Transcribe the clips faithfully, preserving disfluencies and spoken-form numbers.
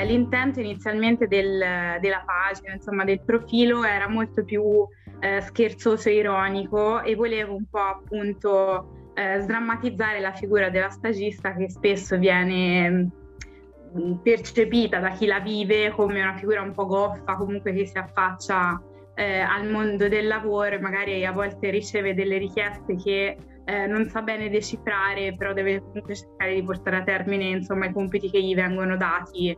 Eh, l'intento inizialmente del- della pagina, insomma del profilo, era molto più eh, scherzoso e ironico, e volevo un po' appunto eh, sdrammatizzare la figura della stagista, che spesso viene mh, percepita da chi la vive come una figura un po' goffa, comunque che si affaccia eh, al mondo del lavoro e magari a volte riceve delle richieste che eh, non sa bene decifrare, però deve comunque cercare di portare a termine, insomma, i compiti che gli vengono dati.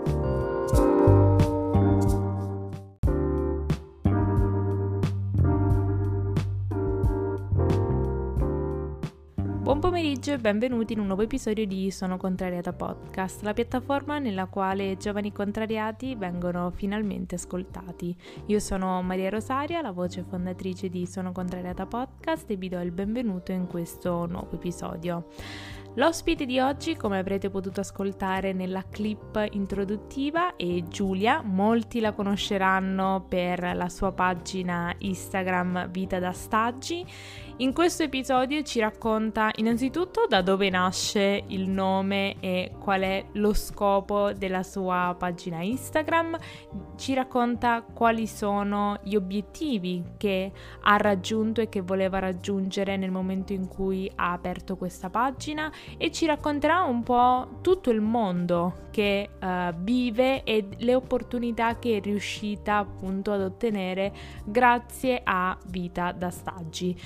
Buon pomeriggio e benvenuti in un nuovo episodio di Sono Contrariata Podcast, la piattaforma nella quale giovani contrariati vengono finalmente ascoltati. Io sono Maria Rosaria, la voce fondatrice di Sono Contrariata Podcast, e vi do il benvenuto in questo nuovo episodio. L'ospite di oggi, come avrete potuto ascoltare nella clip introduttiva, è Giulia. Molti la conosceranno per la sua pagina Instagram Vita da Stagi. In questo episodio ci racconta innanzitutto da dove nasce il nome e qual è lo scopo della sua pagina Instagram, ci racconta quali sono gli obiettivi che ha raggiunto e che voleva raggiungere nel momento in cui ha aperto questa pagina, e ci racconterà un po' tutto il mondo che uh, vive e le opportunità che è riuscita appunto ad ottenere grazie a Vita da Stagi.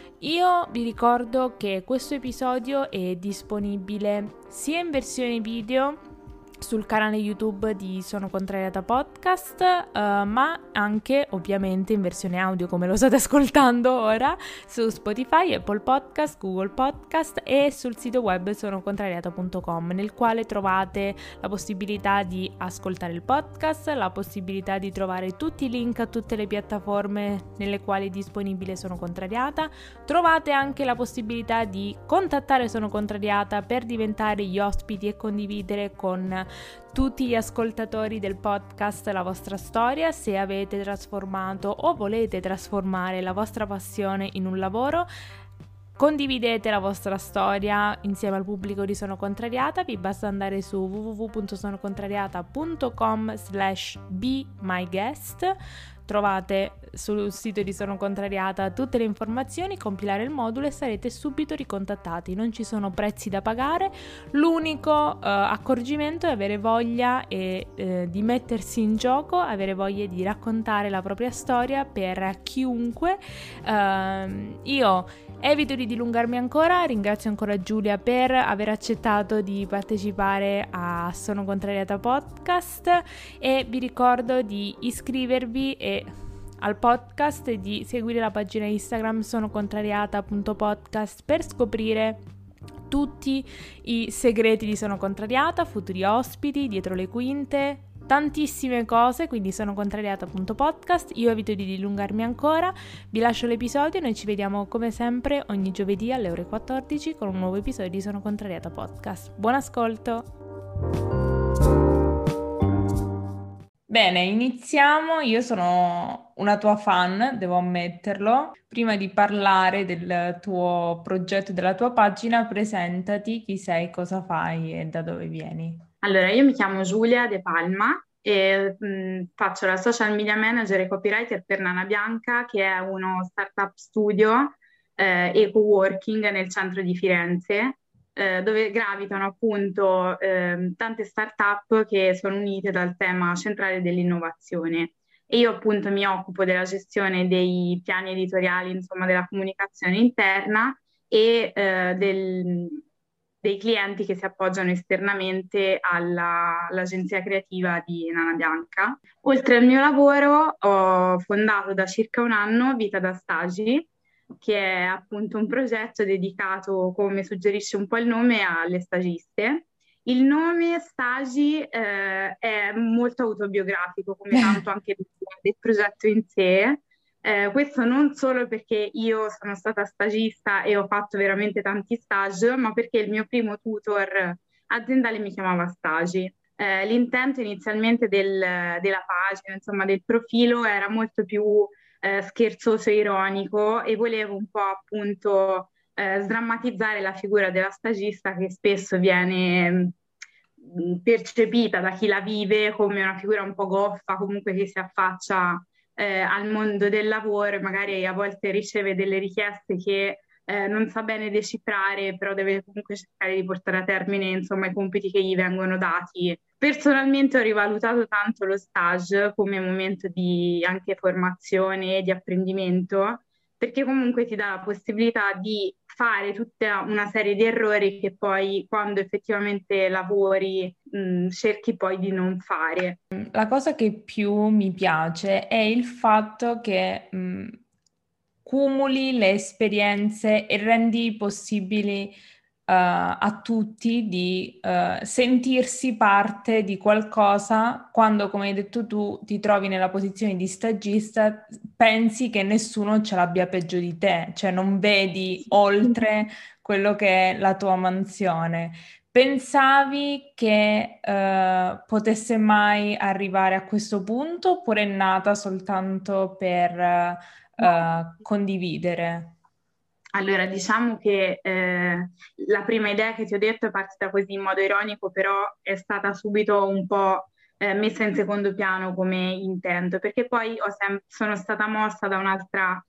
Io vi ricordo che questo episodio è disponibile sia in versione video sul canale YouTube di Sono Contrariata Podcast, uh, ma anche ovviamente in versione audio, come lo state ascoltando ora, su Spotify, Apple Podcast, Google Podcast e sul sito web sonocontrariata punto com, nel quale trovate la possibilità di ascoltare il podcast, la possibilità di trovare tutti i link a tutte le piattaforme nelle quali è disponibile Sono Contrariata. Trovate anche la possibilità di contattare Sono Contrariata per diventare gli ospiti e condividere con tutti gli ascoltatori del podcast la vostra storia, se avete trasformato o volete trasformare la vostra passione in un lavoro. Condividete la vostra storia insieme al pubblico di Sono Contrariata. Vi basta andare su w w w punto sonocontrariata punto com slash be my guest. Trovate sul sito di Sono Contrariata tutte le informazioni, compilare il modulo e sarete subito ricontattati. Non ci sono prezzi da pagare, l'unico eh, accorgimento è avere voglia e, eh, di mettersi in gioco, avere voglia di raccontare la propria storia per chiunque. Uh, io evito di dilungarmi ancora, ringrazio ancora Giulia per aver accettato di partecipare a Sono Contrariata Podcast, e vi ricordo di iscrivervi e al podcast e di seguire la pagina Instagram sonocontrariata punto podcast per scoprire tutti i segreti di Sono Contrariata, futuri ospiti, dietro le quinte, tantissime cose. Quindi sonocontrariata punto podcast. Io evito di dilungarmi ancora, vi lascio l'episodio e noi ci vediamo come sempre ogni giovedì alle ore quattordici con un nuovo episodio di Sono Contrariata Podcast. Buon ascolto! Bene, iniziamo. Io sono una tua fan, devo ammetterlo. Prima di parlare del tuo progetto e della tua pagina, presentati, chi sei, cosa fai e da dove vieni. Allora, io mi chiamo Giulia De Palma e mh, faccio la social media manager e copywriter per Nana Bianca, che è uno startup studio eh, e co-working nel centro di Firenze, eh, dove gravitano appunto ehm, tante startup che sono unite dal tema centrale dell'innovazione. E io appunto mi occupo della gestione dei piani editoriali, insomma, della comunicazione interna e eh, del- dei clienti che si appoggiano esternamente alla- all'agenzia creativa di Nana Bianca. Oltre al mio lavoro, ho fondato da circa un anno Vita da Stagi, che è appunto un progetto dedicato, come suggerisce un po' il nome, alle stagiste. Il nome Stagi eh, è molto autobiografico, come tanto anche del, del progetto in sé. Eh, questo non solo perché io sono stata stagista e ho fatto veramente tanti stage, ma perché il mio primo tutor aziendale mi chiamava Stagi. Eh, l'intento inizialmente del- della pagina, insomma del profilo, era molto più eh, scherzoso e ironico, e volevo un po' appunto eh, sdrammatizzare la figura della stagista, che spesso viene mh, percepita da chi la vive come una figura un po' goffa, comunque che si affaccia eh, al mondo del lavoro e magari a volte riceve delle richieste che eh, non sa bene decifrare, però deve comunque cercare di portare a termine, insomma, i compiti che gli vengono dati. Personalmente ho rivalutato tanto lo stage come momento di anche formazione e di apprendimento, perché comunque ti dà la possibilità di fare tutta una serie di errori che poi quando effettivamente lavori, mh, cerchi poi di non fare. La cosa che più mi piace è il fatto che mh, cumuli le esperienze e rendi possibili eh, a tutti di eh, sentirsi parte di qualcosa quando, come hai detto tu, ti trovi nella posizione di stagista, pensi che nessuno ce l'abbia peggio di te, cioè non vedi oltre quello che è la tua mansione. Pensavi che eh, potesse mai arrivare a questo punto oppure è nata soltanto per eh, eh, condividere? Allora, diciamo che eh, la prima idea che ti ho detto è partita così in modo ironico, però è stata subito un po' eh, messa in secondo piano come intento, perché poi ho sem- sono stata mossa da un'altra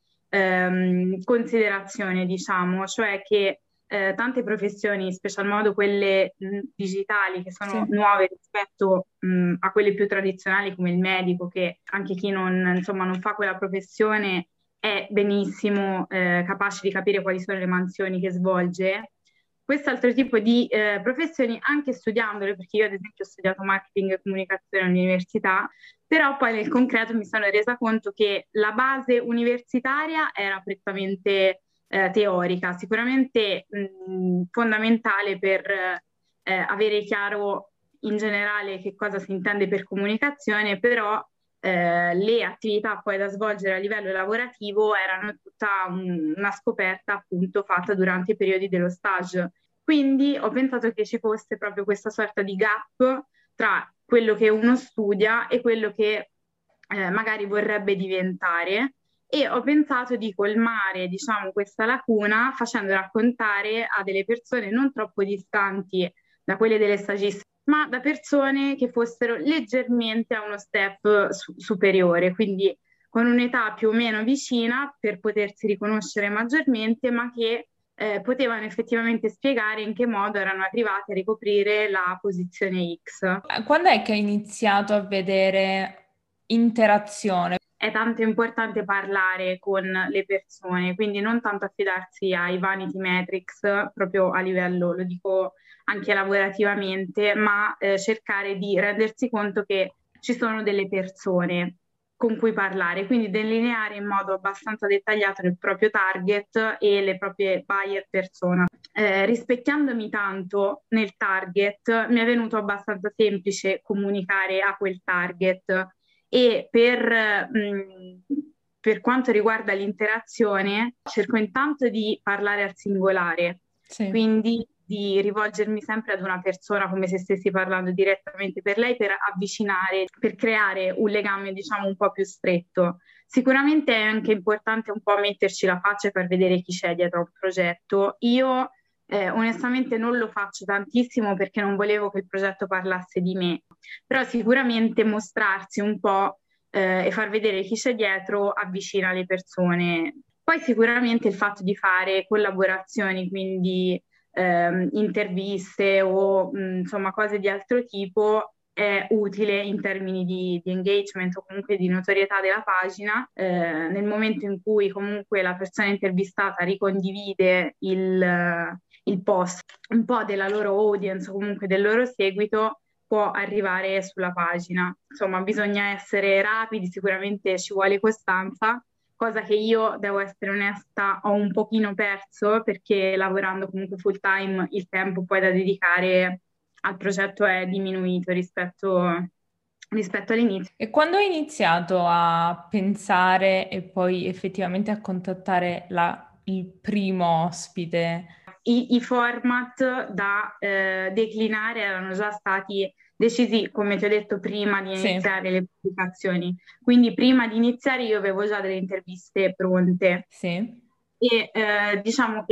ehm, considerazione, diciamo, cioè che eh, tante professioni, in special modo quelle mh, digitali, che sono Sì. nuove rispetto mh, a quelle più tradizionali come il medico, che anche chi non, insomma, non fa quella professione è benissimo eh, capace di capire quali sono le mansioni che svolge. Quest'altro tipo di eh, professioni, anche studiandole, perché io ad esempio ho studiato marketing e comunicazione all'università, però poi nel concreto mi sono resa conto che la base universitaria era prettamente eh, teorica, sicuramente mh, fondamentale per eh, avere chiaro in generale che cosa si intende per comunicazione, però eh, le attività poi da svolgere a livello lavorativo erano tutta un- una scoperta appunto fatta durante i periodi dello stage. Quindi ho pensato che ci fosse proprio questa sorta di gap tra quello che uno studia e quello che eh, magari vorrebbe diventare. E ho pensato di colmare, diciamo, questa lacuna facendo raccontare a delle persone non troppo distanti da quelle delle stagiste, ma da persone che fossero leggermente a uno step su- superiore, quindi con un'età più o meno vicina per potersi riconoscere maggiormente, ma che eh, potevano effettivamente spiegare in che modo erano arrivate a ricoprire la posizione X. Quando è che hai iniziato a vedere interazione? È tanto importante parlare con le persone, quindi non tanto affidarsi ai vanity metrics, proprio a livello, lo dico anche lavorativamente, ma eh, cercare di rendersi conto che ci sono delle persone con cui parlare, quindi delineare in modo abbastanza dettagliato il proprio target e le proprie buyer persona. Eh, rispecchiandomi tanto nel target, mi è venuto abbastanza semplice comunicare a quel target e per, mh, per quanto riguarda l'interazione, cerco intanto di parlare al singolare, Sì. quindi di rivolgermi sempre ad una persona come se stessi parlando direttamente per lei per avvicinare, per creare un legame, diciamo, un po' più stretto. Sicuramente è anche importante un po' metterci la faccia e far vedere chi c'è dietro a un progetto. Io eh, onestamente non lo faccio tantissimo perché non volevo che il progetto parlasse di me, però sicuramente mostrarsi un po' eh, e far vedere chi c'è dietro avvicina le persone. Poi sicuramente il fatto di fare collaborazioni, quindi ehm, interviste o mh, insomma cose di altro tipo è utile in termini di, di engagement o comunque di notorietà della pagina. Eh, nel momento in cui comunque la persona intervistata ricondivide il, il post un po' della loro audience o comunque del loro seguito, può arrivare sulla pagina. Insomma, bisogna essere rapidi, sicuramente ci vuole costanza, cosa che io, devo essere onesta, ho un pochino perso perché lavorando comunque full time il tempo poi da dedicare al progetto è diminuito rispetto, rispetto all'inizio. E quando hai iniziato a pensare e poi effettivamente a contattare la- il primo ospite? I, i format da eh, declinare erano già stati decisi, come ti ho detto, prima di Sì, iniziare le pubblicazioni. Quindi prima di iniziare io avevo già delle interviste pronte sì, e eh, diciamo che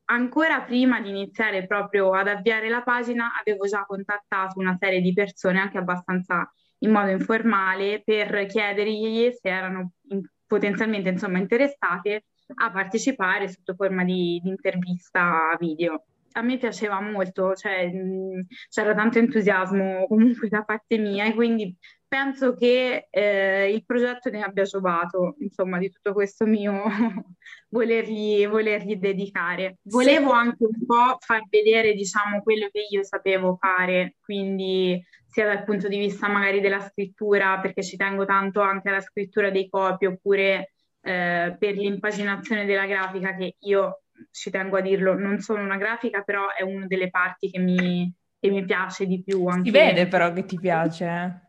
ancora prima di iniziare proprio ad avviare la pagina, avevo già contattato una serie di persone, anche abbastanza in modo informale, per chiedergli se erano in- potenzialmente, insomma, interessate a partecipare sotto forma di, di intervista video. A me piaceva molto, cioè, mh, c'era tanto entusiasmo comunque da parte mia e quindi penso che eh, il progetto ne abbia giovato, insomma, di tutto questo mio volergli, volergli dedicare. Se Volevo anche un po' far vedere, diciamo, quello che io sapevo fare, quindi sia dal punto di vista magari della scrittura, perché ci tengo tanto anche alla scrittura dei copy, oppure eh, per l'impaginazione della grafica, che io ci tengo a dirlo, non sono una grafica, però è una delle parti che mi, che mi piace di più si anche. vede però che ti piace.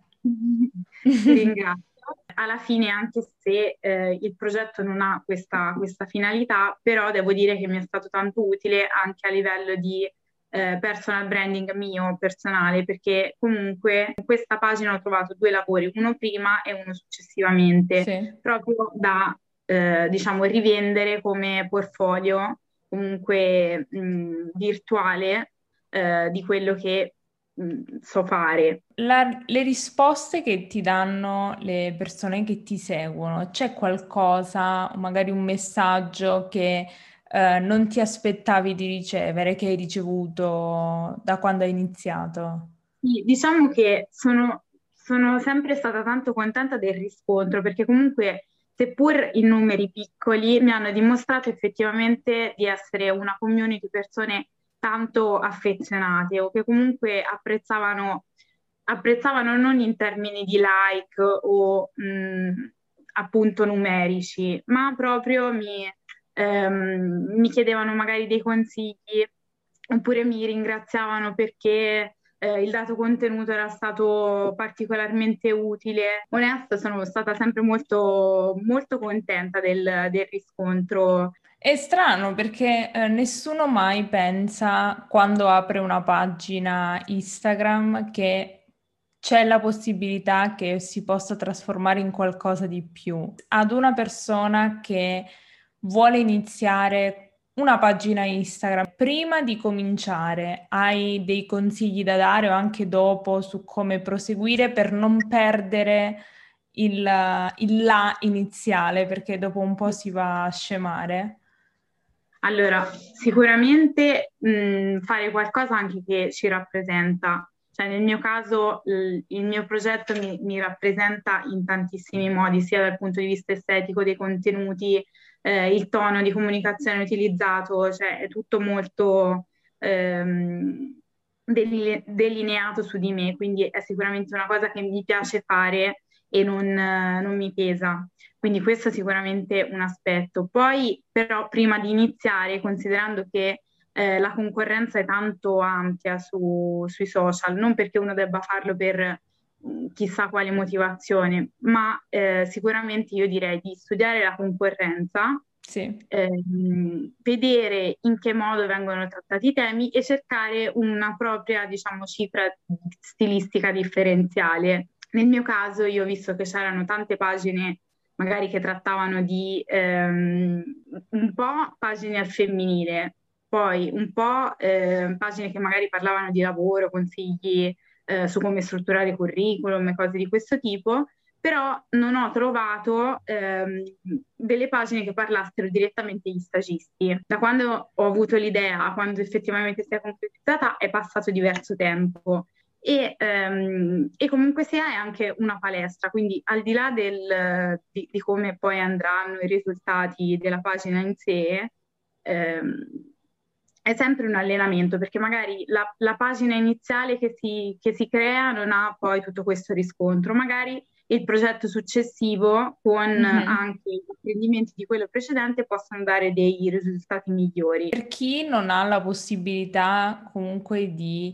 Ti eh. ringrazio. Alla fine, anche se eh, il progetto non ha questa, questa finalità, però devo dire che mi è stato tanto utile anche a livello di eh, personal branding mio personale, perché comunque in questa pagina ho trovato due lavori, uno prima e uno successivamente, Sì. proprio da eh, diciamo rivendere come portfolio comunque mh, virtuale eh, di quello che mh, so fare. La- le risposte che ti danno le persone che ti seguono, c'è qualcosa, magari un messaggio che eh, non ti aspettavi di ricevere, che hai ricevuto da quando hai iniziato? Sì, diciamo che sono, sono sempre stata tanto contenta del riscontro, perché comunque, seppur in numeri piccoli, mi hanno dimostrato effettivamente di essere una community di persone tanto affezionate o che comunque apprezzavano, apprezzavano non in termini di like o mh, appunto numerici, ma proprio mi, ehm, mi chiedevano magari dei consigli oppure mi ringraziavano perché eh, il dato contenuto era stato particolarmente utile. Onesta, sono stata sempre molto, molto contenta del, del riscontro. È strano perché eh, nessuno mai pensa quando apre una pagina Instagram che c'è la possibilità che si possa trasformare in qualcosa di più. Ad una persona che vuole iniziare una pagina Instagram, prima di cominciare, hai dei consigli da dare o anche dopo su come proseguire per non perdere il, il là iniziale, perché dopo un po' si va a scemare? Allora, sicuramente mh, fare qualcosa anche che ci rappresenta, cioè nel mio caso l- il mio progetto mi, mi rappresenta in tantissimi modi, sia dal punto di vista estetico dei contenuti, eh, il tono di comunicazione utilizzato, cioè è tutto molto ehm, deline- delineato su di me, quindi è sicuramente una cosa che mi piace fare e non non mi pesa. Quindi questo è sicuramente un aspetto. Poi, però, prima di iniziare, considerando che eh, la concorrenza è tanto ampia su- sui social, non perché uno debba farlo per mh, chissà quale motivazione, ma eh, sicuramente io direi di studiare la concorrenza, Sì. ehm, vedere in che modo vengono trattati i temi e cercare una propria, diciamo, cifra stilistica differenziale. Nel mio caso, io ho visto che c'erano tante pagine magari che trattavano di ehm, un po' pagine al femminile, poi un po' eh, pagine che magari parlavano di lavoro, consigli eh, su come strutturare curriculum e cose di questo tipo, però non ho trovato ehm, delle pagine che parlassero direttamente agli stagisti. Da quando ho avuto l'idea a quando effettivamente si è concretizzata è passato diverso tempo. E, ehm, e comunque sia è anche una palestra, quindi al di là del- di, di come poi andranno i risultati della pagina in sé, ehm, è sempre un allenamento, perché magari la, la pagina iniziale che si, che si crea non ha poi tutto questo riscontro, magari il progetto successivo con Mhm. anche gli apprendimenti di quello precedente possono dare dei risultati migliori. Per chi non ha la possibilità comunque di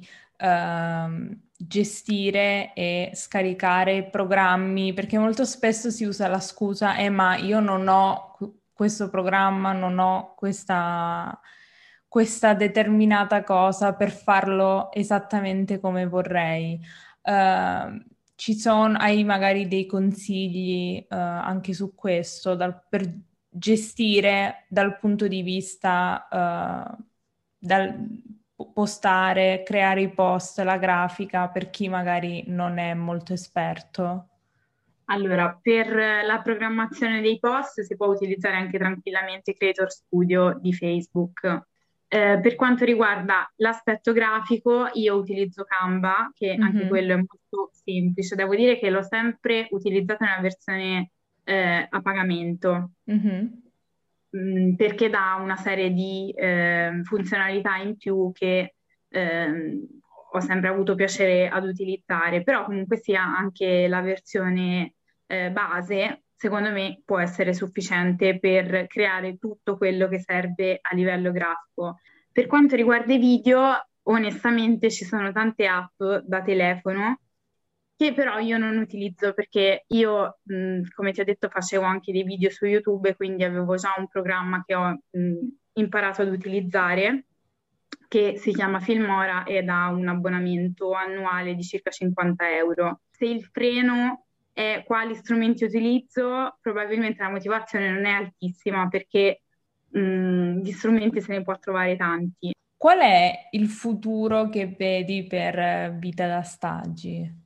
ehm, gestire e scaricare programmi, perché molto spesso si usa la scusa, eh, ma io non ho qu- questo programma, non ho questa, questa determinata cosa per farlo esattamente come vorrei. Ehm, ci sono, hai magari dei consigli eh, anche su questo dal- per gestire dal punto di vista dal postare, creare i post, la grafica, per chi magari non è molto esperto? Allora, per la programmazione dei post si può utilizzare anche tranquillamente Creator Studio di Facebook. Eh, per quanto riguarda l'aspetto grafico, io utilizzo Canva, che anche Mhm, quello è molto semplice. Devo dire che l'ho sempre utilizzato nella versione eh, a pagamento, mhm. mh, perché dà una serie di eh, funzionalità in più che ehm, ho sempre avuto piacere ad utilizzare, però comunque sia anche la versione eh, base, secondo me può essere sufficiente per creare tutto quello che serve a livello grafico. Per quanto riguarda i video, onestamente ci sono tante app da telefono che però io non utilizzo perché io, mh, come ti ho detto, facevo anche dei video su YouTube, quindi avevo già un programma che ho mh, imparato ad utilizzare, che si chiama Filmora ed ha un abbonamento annuale di circa cinquanta euro. Se il freno è quali strumenti utilizzo, probabilmente la motivazione non è altissima perché mh, di strumenti se ne può trovare tanti. Qual è il futuro che vedi per eh, Vita da Stagi?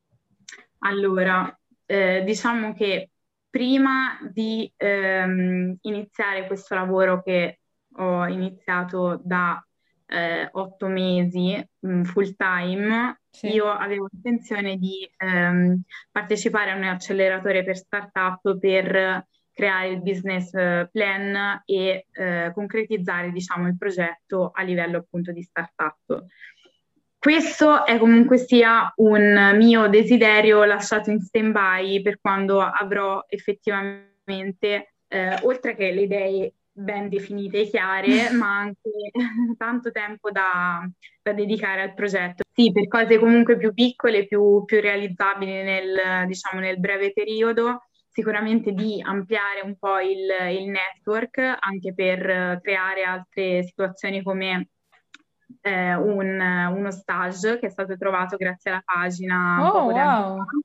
Allora, eh, diciamo che prima di ehm, iniziare questo lavoro che ho iniziato da eh, otto mesi, mh, full time, Sì. io avevo intenzione di ehm, partecipare a un acceleratore per startup per creare il business eh, plan e eh, concretizzare, diciamo, il progetto a livello appunto di startup. Questo è comunque sia un mio desiderio lasciato in stand-by per quando avrò effettivamente, eh, oltre che le idee ben definite e chiare, ma anche tanto tempo da, da dedicare al progetto. Sì, per cose comunque più piccole, più, più realizzabili nel, diciamo, nel breve periodo, sicuramente di ampliare un po' il, il network anche per eh, creare altre situazioni come eh, un- uno stage che è stato trovato grazie alla pagina Oh, poco tempo fa. wow!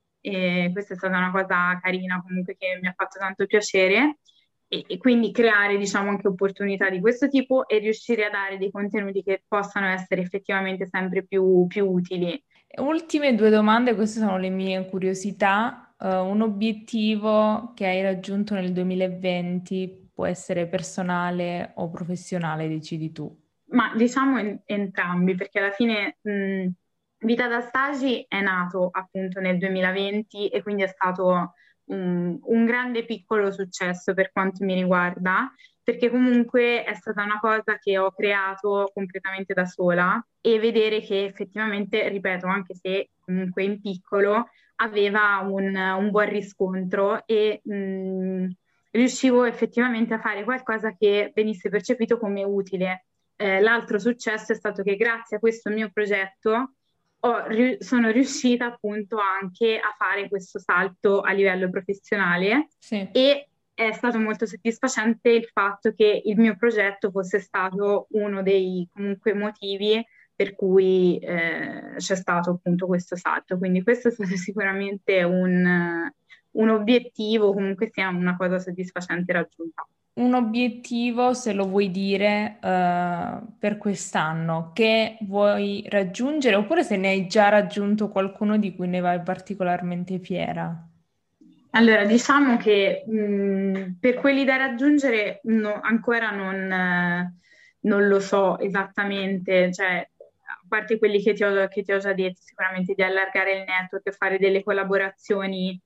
E questa è stata una cosa carina comunque che mi ha fatto tanto piacere e, e quindi creare diciamo anche opportunità di questo tipo e riuscire a dare dei contenuti che possano essere effettivamente sempre più, più utili. Ultime due domande, queste sono le mie curiosità. Eh, un obiettivo che hai raggiunto nel duemilaventi può essere personale o professionale, decidi tu. Ma diciamo en- entrambi, perché alla fine mh, Vita da Stagi è nato appunto nel duemilaventi e quindi è stato un, un grande piccolo successo per quanto mi riguarda, perché comunque è stata una cosa che ho creato completamente da sola e vedere che effettivamente, ripeto, anche se comunque in piccolo, aveva un, un buon riscontro e mh, riuscivo effettivamente a fare qualcosa che venisse percepito come utile. Eh, l'altro successo è stato che grazie a questo mio progetto ho ri- sono riuscita appunto anche a fare questo salto a livello professionale Sì. e è stato molto soddisfacente il fatto che il mio progetto fosse stato uno dei comunque motivi per cui eh, c'è stato appunto questo salto. Quindi questo è stato sicuramente un, un obiettivo, comunque sia una cosa soddisfacente raggiunta. Un obiettivo, se lo vuoi dire, eh, per quest'anno, che vuoi raggiungere, oppure se ne hai già raggiunto qualcuno di cui ne vai particolarmente fiera. Allora, diciamo che mh, per quelli da raggiungere no- ancora non, eh, non lo so esattamente, cioè, a parte quelli che ti ho, che ti ho già detto, sicuramente di allargare il network e fare delle collaborazioni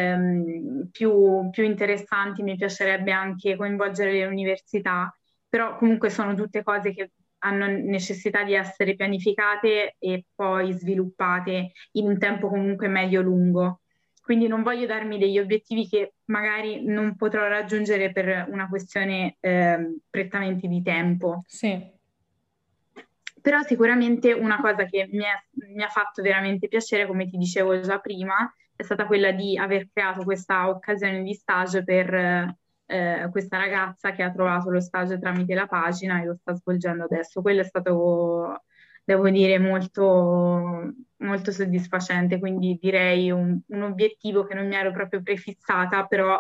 ehm, più, più interessanti, mi piacerebbe anche coinvolgere le università, però comunque sono tutte cose che hanno necessità di essere pianificate e poi sviluppate in un tempo comunque medio-lungo. Quindi non voglio darmi degli obiettivi che magari non potrò raggiungere per una questione ehm, prettamente di tempo. Sì. Però sicuramente una cosa che mi, è- mi ha fatto veramente piacere, come ti dicevo già prima, è stata quella di aver creato questa occasione di stage per eh, questa ragazza che ha trovato lo stage tramite la pagina e lo sta svolgendo adesso. Quello è stato, devo dire, molto, molto soddisfacente, quindi direi un, un obiettivo che non mi ero proprio prefissata, però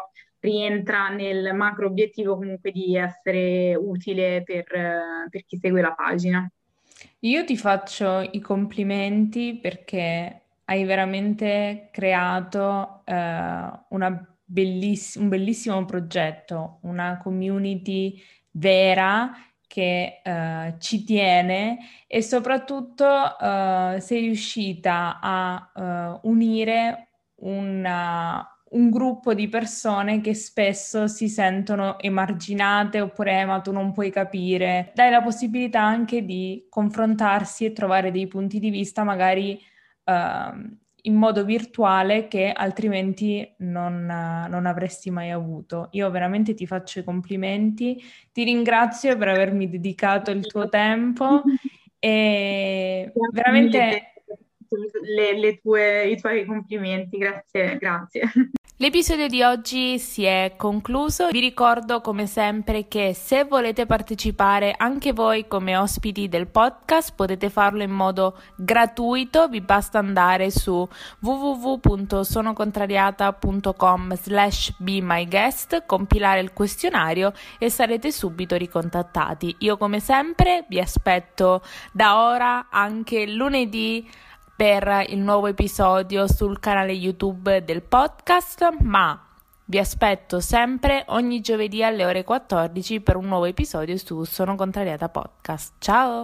rientra nel macro obiettivo comunque di essere utile per, eh, per chi segue la pagina. Io ti faccio i complimenti perché hai veramente creato eh, una belliss- un bellissimo progetto, una community vera che eh, ci tiene e soprattutto eh, sei riuscita a eh, unire una- un gruppo di persone che spesso si sentono emarginate oppure "Eh, ma tu non puoi capire". Dai la possibilità anche di confrontarsi e trovare dei punti di vista magari ehm, in modo virtuale che altrimenti non, eh, non avresti mai avuto. Io veramente ti faccio i complimenti, ti ringrazio per avermi dedicato il tuo tempo e Grazie mille per veramente le, le tue, i tuoi complimenti, grazie, grazie. l'episodio di oggi si è concluso. Vi ricordo come sempre che se volete partecipare anche voi come ospiti del podcast potete farlo in modo gratuito, vi basta andare su w w w punto sonocontrariata punto com slash be my guest, compilare il questionario e sarete subito ricontattati. Io come sempre vi aspetto da ora anche lunedì per il nuovo episodio sul canale YouTube del podcast, ma vi aspetto sempre ogni giovedì alle ore quattordici per un nuovo episodio su Sono Contrariata Podcast. Ciao!